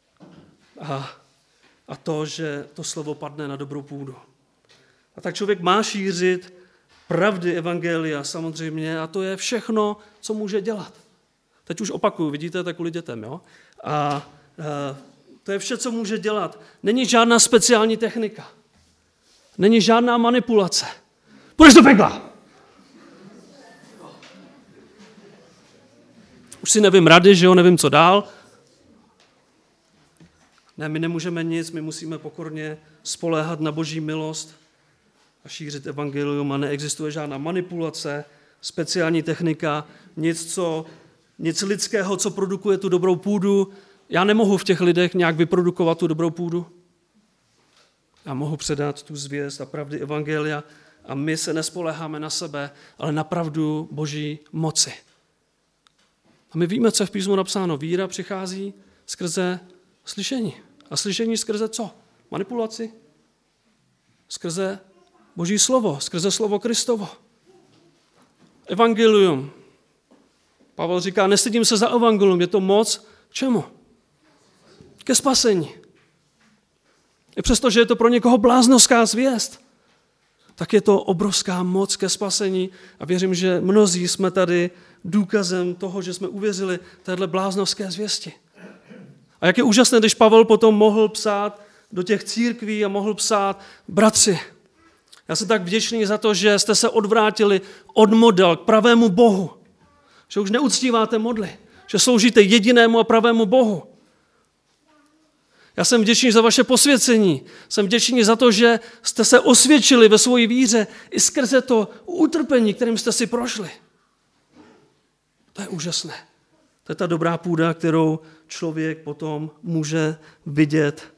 A to, že to slovo padne na dobrou půdu. A tak člověk má šířit pravdy evangelia samozřejmě a to je všechno, co může dělat. Teď už opakuju, vidíte, tak kvůli dětem, jo? A to je vše, co může dělat. Není žádná speciální technika. Není žádná manipulace. Půjdeš do pekla! Už si nevím rady, že jo, nevím, co dál. Ne, my nemůžeme nic, my musíme pokorně spoléhat na Boží milost a šířit evangelium a neexistuje žádná manipulace, speciální technika, nic lidského, co produkuje tu dobrou půdu. Já nemohu v těch lidech nějak vyprodukovat tu dobrou půdu. Já mohu předat tu zvěst a pravdy evangelia a my se nespoléháme na sebe, ale na pravdu Boží moci. A my víme, co je v písmu napsáno. Víra přichází skrze slyšení. A slyšení skrze co? Manipulaci? Skrze Boží slovo, skrze slovo Kristovo. Evangelium. Pavel říká, nestydím se za evangelium, je to moc k čemu? Ke spasení. I přesto, že je to pro někoho bláznovská zvěst, tak je to obrovská moc ke spasení a věřím, že mnozí jsme tady důkazem toho, že jsme uvěřili téhle bláznovské zvěsti. A jak je úžasné, když Pavel potom mohl psát do těch církví a mohl psát, bratři, já jsem tak vděčný za to, že jste se odvrátili od model k pravému Bohu, že už neuctíváte modly, že sloužíte jedinému a pravému Bohu. Já jsem vděčný za vaše posvěcení. Jsem vděčný za to, že jste se osvědčili ve své víře i skrze to utrpení, kterým jste si prošli. To je úžasné. To je ta dobrá půda, kterou člověk potom může vidět.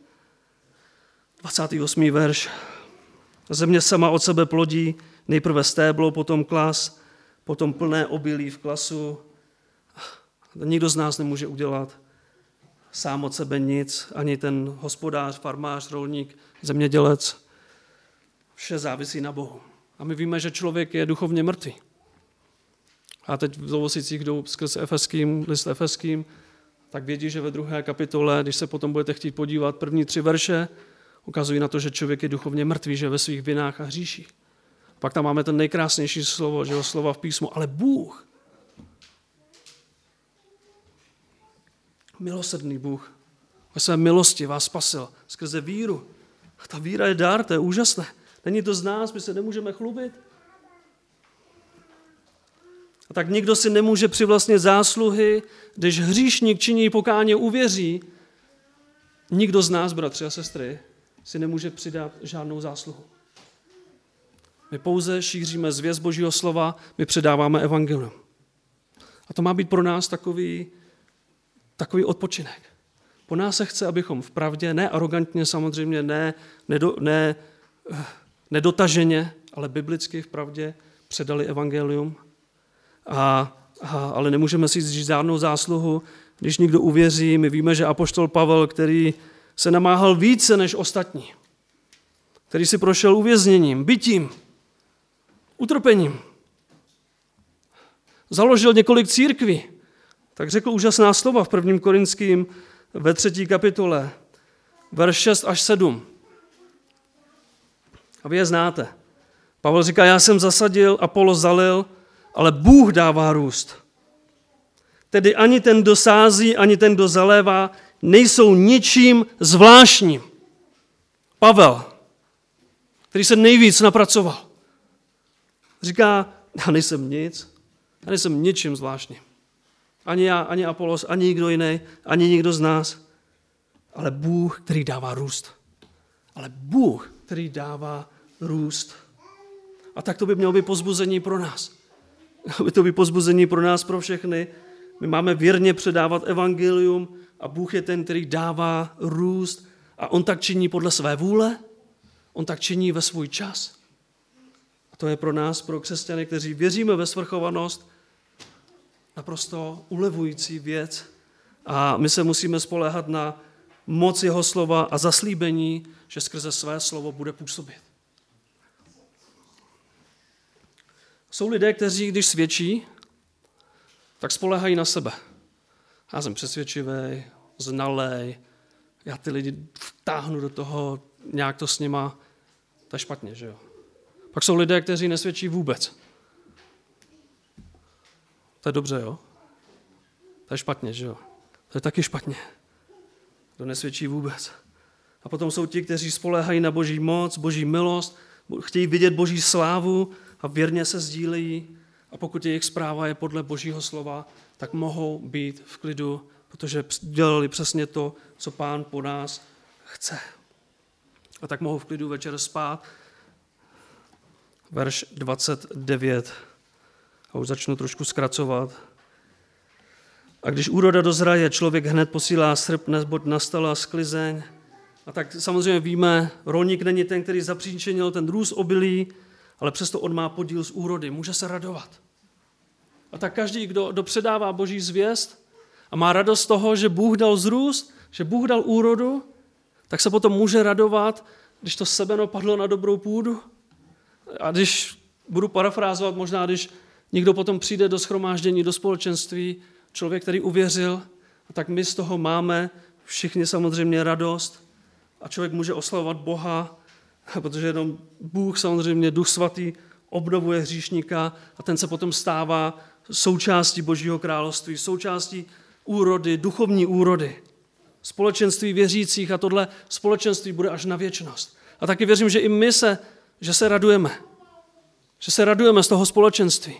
28. verš. Země sama od sebe plodí, nejprve stéblo, potom klas, potom plné obilí v klasu. Nikdo z nás nemůže udělat sám od sebe nic, ani ten hospodář, farmář, rolník, zemědělec. Vše závisí na Bohu. A my víme, že člověk je duchovně mrtvý. A teď v Lovosicích jdou skrz list Efeským, tak vědí, že ve 2. kapitole, když se potom budete chtít podívat, první 3 verše, ukazují na to, že člověk je duchovně mrtvý, že ve svých vinách a hříších. Pak tam máme ten nejkrásnější slovo, že slova v písmu, ale Bůh, milosrdný Bůh, ve své milosti vás spasil skrze víru. A ta víra je dar, to je úžasné. Není to z nás, my se nemůžeme chlubit. A tak nikdo si nemůže přivlastnit zásluhy, když hříšník činí pokání uvěří. Nikdo z nás, bratři a sestry, si nemůže přidat žádnou zásluhu. My pouze šíříme zvěst Božího slova, my předáváme evangelium. A to má být pro nás takový odpočinek. Po nás se chce, abychom v pravdě, ne arrogantně samozřejmě, ne nedotaženě, ale biblicky v pravdě předali evangelium, ale nemůžeme si říct žádnou zásluhu, když někdo uvěří. My víme, že apoštol Pavel, který se namáhal více než ostatní, který si prošel uvězněním, bitím, utrpením, založil několik církví, tak řekl úžasná slova v 1. Korinským ve 3. kapitole, verš 6 až 7. A vy je znáte. Pavel říká, já jsem zasadil, Apollos zalil, ale Bůh dává růst. Tedy ani ten, kdo sází, ani ten, kdo zalévá, nejsou ničím zvláštním. Pavel, který se nejvíc napracoval, říká, já nejsem nic, já nejsem ničím zvláštním. Ani já, ani Apollos, ani nikdo jiný, ani nikdo z nás. Ale Bůh, který dává růst. Ale Bůh, který dává růst. A tak to by mělo být povzbuzení pro nás. Aby to být povzbuzení pro nás, pro všechny. My máme věrně předávat evangelium a Bůh je ten, který dává růst. A on tak činí podle své vůle, on tak činí ve svůj čas. A to je pro nás, pro křesťany, kteří věříme ve svrchovanost, naprosto ulevující věc. A my se musíme spoléhat na moc jeho slova a zaslíbení, že skrze své slovo bude působit. Jsou lidé, kteří, když svědčí, tak spoléhají na sebe. Já jsem přesvědčivý, znalej, já ty lidi vtáhnu do toho, nějak to s nima, to je špatně, že jo. Pak jsou lidé, kteří nesvědčí vůbec. To je dobře, jo. To je špatně, že jo. To je taky špatně. To nesvědčí vůbec. A potom jsou ti, kteří spoléhají na Boží moc, Boží milost, chtějí vidět Boží slávu a věrně se sdílejí. A pokud jejich zpráva je podle Božího slova, tak mohou být v klidu, protože dělali přesně to, co Pán po nás chce. A tak mohou v klidu večer spát. Verš 29. A už začnu trošku zkracovat. A když úroda dozraje, člověk hned posílá srp, neboť nastala sklizeň. A tak samozřejmě víme, rolník není ten, který zapříčinil ten růst obilí, ale přesto on má podíl z úrody, může se radovat. A tak každý, kdo předává Boží zvěst a má radost z toho, že Bůh dal vzrůst, že Bůh dal úrodu, tak se potom může radovat, když to semeno padlo na dobrou půdu. A když budu parafrázovat, možná když někdo potom přijde do shromáždění, do společenství, člověk, který uvěřil, tak my z toho máme všichni samozřejmě radost a člověk může oslavovat Boha, protože jenom Bůh, samozřejmě Duch Svatý, obnovuje hříšníka a ten se potom stává součástí Božího království, součástí úrody, duchovní úrody, společenství věřících a tohle společenství bude až na věčnost. A taky věřím, že i my že se radujeme. Že se radujeme z toho společenství.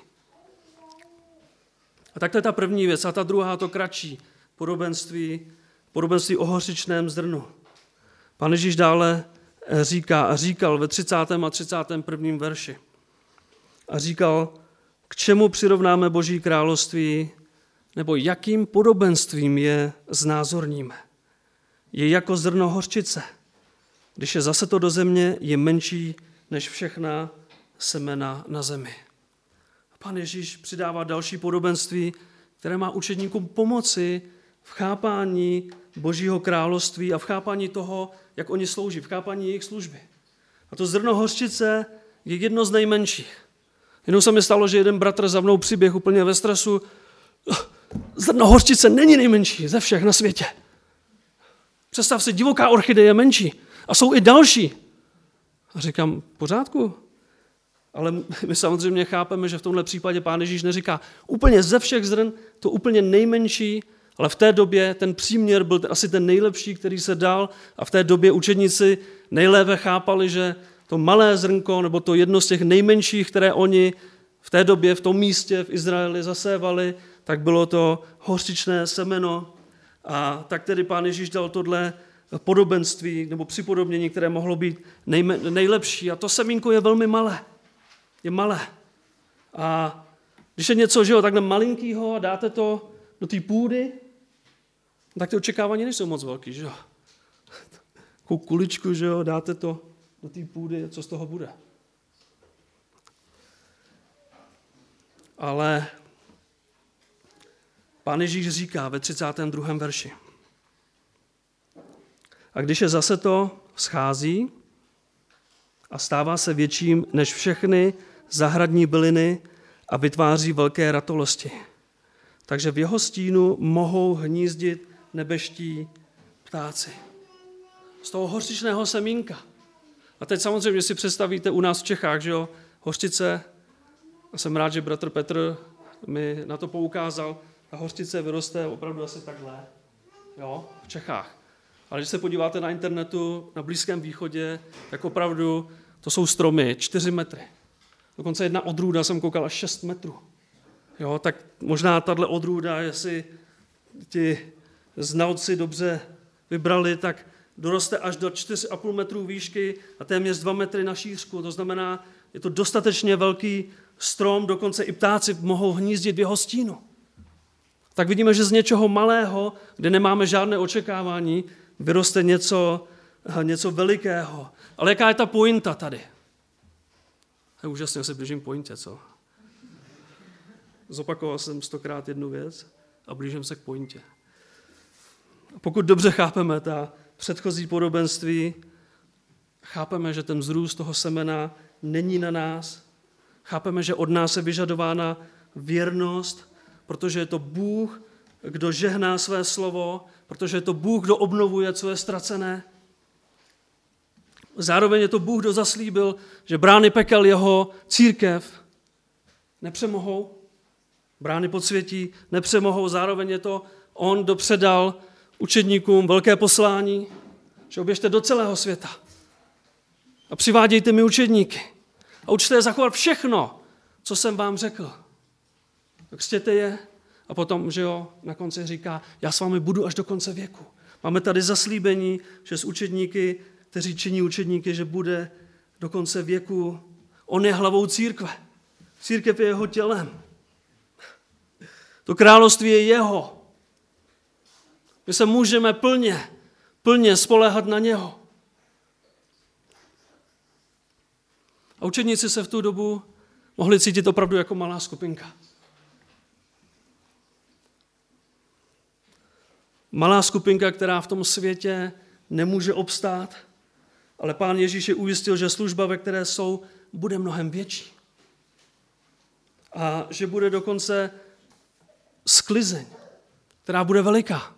A tak to je ta první věc. A ta druhá, to kratší podobenství o hořičném zrnu. Pán Ježíš dále říkal ve 30. a 31. verši. A říkal, k čemu přirovnáme Boží království, nebo jakým podobenstvím je znázorníme. Je jako zrno hořčice. Když je zaseto do země, je menší než všechna semena na zemi. A Pán Ježíš přidává další podobenství, které má učedníkům pomoci v chápání Božího království a v chápání toho, jak oni slouží, v chápání jejich služby. A to zrno hořčice je jedno z nejmenších. Jednou se mi stalo, že jeden bratr za mnou přiběh úplně ve stresu. Zrno hořčice není nejmenší ze všech na světě. Představ si, divoká orchideje je menší. A jsou i další. A říkám, v pořádku. Ale my samozřejmě chápeme, že v tomhle případě Pán Ježíš neříká úplně ze všech zrn, to úplně nejmenší, ale v té době ten příměr byl asi ten nejlepší, který se dal a v té době učedníci nejlépe chápali, že to malé zrnko, nebo to jedno z těch nejmenších, které oni v té době v tom místě v Izraeli zasévali, tak bylo to hořčičné semeno. A tak tedy Pán Ježíš dal tohle podobenství nebo připodobnění, které mohlo být nejlepší. A to semínko je velmi malé. Je malé. A když je něco, že jo, takhle malinkýho a dáte to do té půdy, tak ty očekávání nejsou moc velký, že jo. Takovou kuličku, že jo, dáte to do té půdy, co z toho bude. Ale Pán Ježíš říká ve 32. verši: a když je zase to schází a stává se větším než všechny zahradní byliny a vytváří velké ratolosti. Takže v jeho stínu mohou hnízdit nebeští ptáci. Z toho hořčičného semínka. A teď samozřejmě si představíte u nás v Čechách, že jo, hořčice, a jsem rád, že bratr Petr mi na to poukázal, ta hořčice vyroste opravdu asi takhle, jo, v Čechách. Ale když se podíváte na internetu, na Blízkém východě, tak opravdu to jsou stromy 4 metry. Dokonce jedna odrůda jsem koukal až 6 metrů. Jo, tak možná tahle odrůda, jestli ti znalci dobře vybrali, tak doroste až do 4,5 metrů výšky a téměř 2 metry na šířku. To znamená, je to dostatečně velký strom, dokonce i ptáci mohou hnízdit v jeho stínu. Tak vidíme, že z něčeho malého, kde nemáme žádné očekávání, vyroste něco velikého. Ale jaká je ta pointa tady? Je úžasně, se blížím pointě, co? Zopakoval jsem 100krát jednu věc a blížím se k pointě. A pokud dobře chápeme ta předchozí podobenství, chápeme, že ten vzrůst toho semena není na nás, chápeme, že od nás je vyžadována věrnost, protože je to Bůh, kdo žehná své slovo, protože je to Bůh, kdo obnovuje, co je ztracené. Zároveň je to Bůh, kdo zaslíbil, že brány pekel jeho církev nepřemohou, brány podsvětí nepřemohou, zároveň je to on, kdo předal učedníkům velké poslání, že oběžte do celého světa a přivádějte mi učedníky a učte je zachovat všechno, co jsem vám řekl. Tak křtěte je a potom, že jo, na konci říká, já s vámi budu až do konce věku. Máme tady zaslíbení, že s učedníky, kteří činí učedníky, že bude do konce věku. On je hlavou církve. Církev je jeho tělem. To království je jeho. My se můžeme plně spoléhat na něho. A učedníci se v tu dobu mohli cítit opravdu jako malá skupinka. Malá skupinka, která v tom světě nemůže obstát, ale Pán Ježíš je ujistil, že služba, ve které jsou, bude mnohem větší. A že bude dokonce sklizeň, která bude veliká.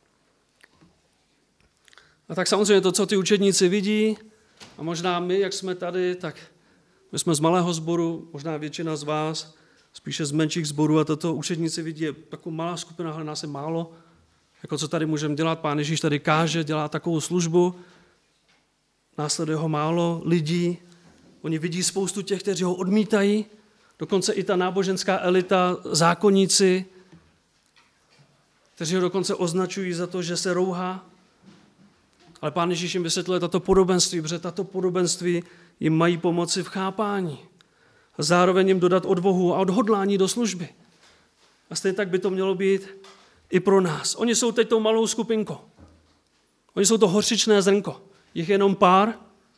A tak samozřejmě to, co ty učedníci vidí, a možná my, jak jsme tady, tak my jsme z malého sboru, možná většina z vás, spíše z menších sborů, a toto učedníci vidí, je taková malá skupina, ale nás je málo, jako co tady můžeme dělat. Pán Ježíš tady káže, dělá takovou službu, následuje ho málo lidí, oni vidí spoustu těch, kteří ho odmítají, dokonce i ta náboženská elita, zákonníci, kteří ho dokonce označují za to, že se rouhá. Ale Pán Ježíš jim vysvětluje tato podobenství, protože tato podobenství jim mají pomoci v chápání. A zároveň jim dodat odvahu a odhodlání do služby. A stejně tak by to mělo být i pro nás. Oni jsou teď tou malou skupinkou. Oni jsou to hořčičné zrnko. Jich je jenom pár,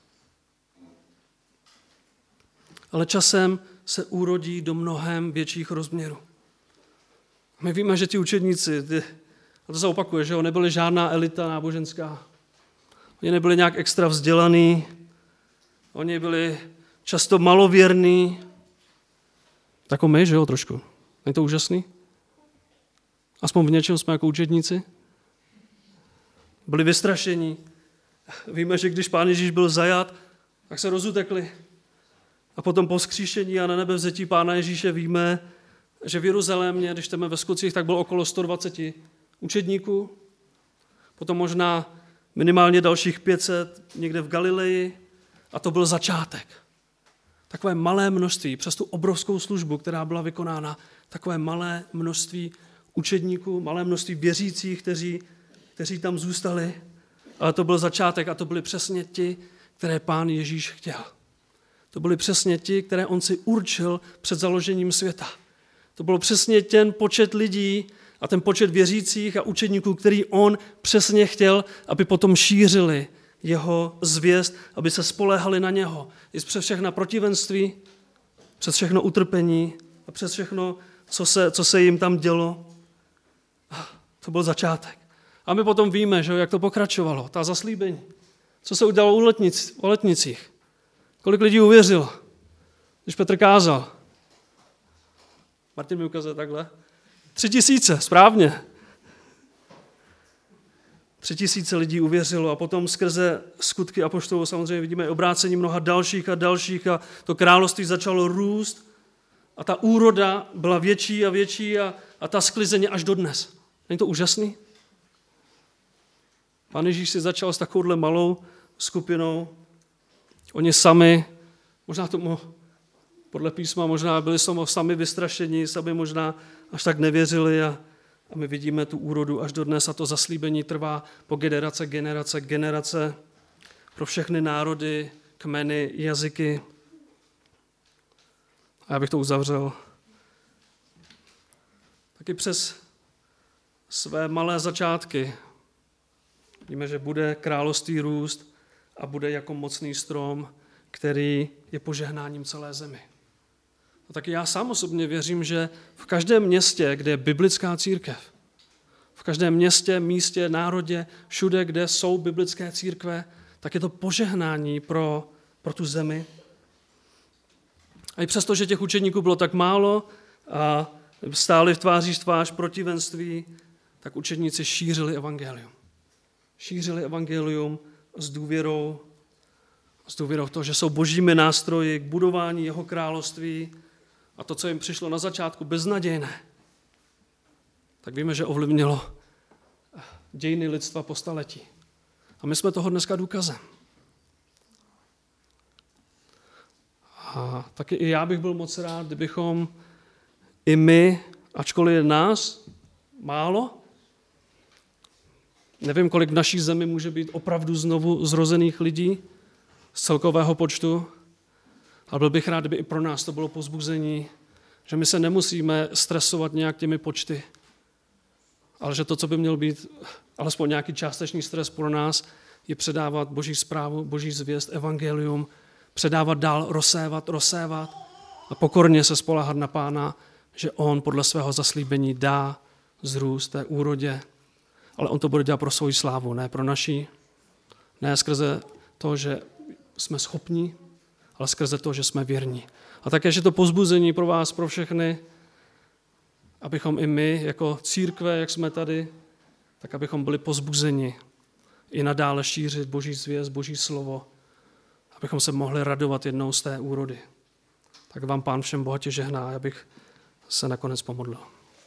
ale časem se urodí do mnohem větších rozměrů. My víme, že ti učedníci, a to se opakuje, že jo, nebyly žádná elita náboženská. Oni nebyli nějak extra vzdělaný, oni byli často malověrní. Tako my, že jo, trošku. Je to úžasný? Aspoň v něčem jsme jako učedníci. Byli vystrašení. Víme, že když Pán Ježíš byl zajat, tak se rozutekli. A potom po vzkříšení a na nebevzetí Pána Ježíše víme, že v Jeruzalémě, když jdeme ve Skutcích, tak bylo okolo 120 učedníků. Potom možná minimálně dalších 500 někde v Galileji. A to byl začátek. Takové malé množství, přes tu obrovskou službu, která byla vykonána, takové malé množství učedníků, malé množství věřících, kteří tam zůstali. Ale to byl začátek a to byli přesně ti, které Pán Ježíš chtěl. To byli přesně ti, které on si určil před založením světa. To byl přesně ten počet lidí a ten počet věřících a učedníků, který on přesně chtěl, aby potom šířili jeho zvěst, aby se spoléhali na něho. I přes všechna protivenství, přes všechno utrpení, a přes všechno, co se jim tam dělo. To byl začátek. A my potom víme, že jak to pokračovalo, ta zaslíbení. Co se udělalo o letnicích. Kolik lidí uvěřilo, když Petr kázal. Martin mi ukazuje takhle. 3000, správně. 3000 lidí uvěřilo a potom skrze skutky apoštolů samozřejmě vidíme obrácení mnoha dalších a to království začalo růst a ta úroda byla větší a větší a ta sklizeň až dodnes. Není to úžasný? Pán Ježíš si začal s takovouhle malou skupinou. Oni sami, možná tomu podle písma, možná byli sami vystrašení, sami možná až tak nevěřili a my vidíme tu úrodu až dodnes a to zaslíbení trvá po generace pro všechny národy, kmeny, jazyky. A já bych to uzavřel. Taky přes své malé začátky víme, že bude království růst a bude jako mocný strom, který je požehnáním celé zemi. A taky já sám osobně věřím, že v každém městě, kde je biblická církev, v každém městě, místě, národě, všude, kde jsou biblické církve, tak je to požehnání pro tu zemi. A i přesto, že těch učedníků bylo tak málo a stáli v tváří v tvář protivenství, tak učedníci šířili evangelium. Šířili evangelium s důvěrou v to, že jsou božími nástroji k budování jeho království a to, co jim přišlo na začátku beznadějné, tak víme, že ovlivnilo dějiny lidstva po staletí. A my jsme toho dneska důkazem. A taky i já bych byl moc rád, kdybychom i my, ačkoliv je nás málo, nevím, kolik v naší zemi může být opravdu znovu zrozených lidí z celkového počtu, ale byl bych rád, kdyby i pro nás to bylo povzbuzení, že my se nemusíme stresovat nějak těmi počty, ale že to, co by měl být alespoň nějaký částečný stres pro nás, je předávat Boží zprávu, Boží zvěst, evangelium, předávat dál, rozsévat a pokorně se spoléhat na Pána, že on podle svého zaslíbení dá zrůst té úrodě, ale on to bude dělat pro svou slávu, ne pro naši, ne skrze to, že jsme schopní, ale skrze to, že jsme věrní. A také, že to povzbuzení pro vás, pro všechny, abychom i my, jako církve, jak jsme tady, tak abychom byli povzbuzeni i nadále šířit Boží zvěst, Boží slovo, abychom se mohli radovat jednou z té úrody. Tak vám Pán všem bohatě žehná, abych se nakonec pomodlil.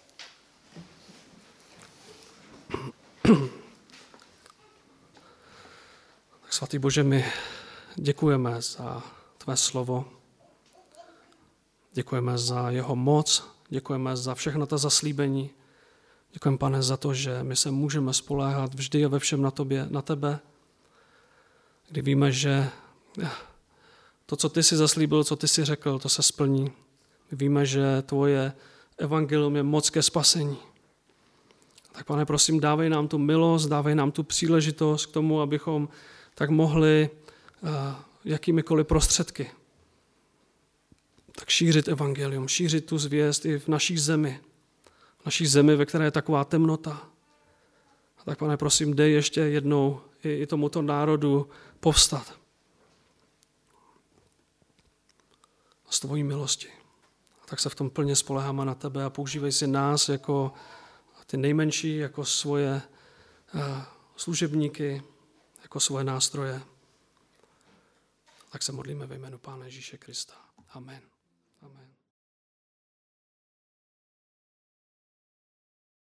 Tak svatý Bože, my děkujeme za tvé slovo, děkujeme za jeho moc, děkujeme za všechna ta zaslíbení, děkujeme, Pane, za to, že my se můžeme spoléhat vždy a ve všem na tebe, kdy víme, že to, co ty jsi zaslíbil, co ty jsi řekl, to se splní. My víme, že tvoje evangelium je moc ke spasení. Tak, Pane, prosím, dávej nám tu milost, dávej nám tu příležitost k tomu, abychom tak mohli jakýmikoliv prostředky tak šířit evangelium, šířit tu zvěst i v naší zemi, ve které je taková temnota. A tak, Pane, prosím, dej ještě jednou i tomuto národu povstat z tvojí milosti. A tak se v tom plně spoléháme na tebe a používej si nás jako ty nejmenší, jako svoje služebníky, jako svoje nástroje. Tak se modlíme ve jménu Pána Ježíše Krista. Amen. Amen.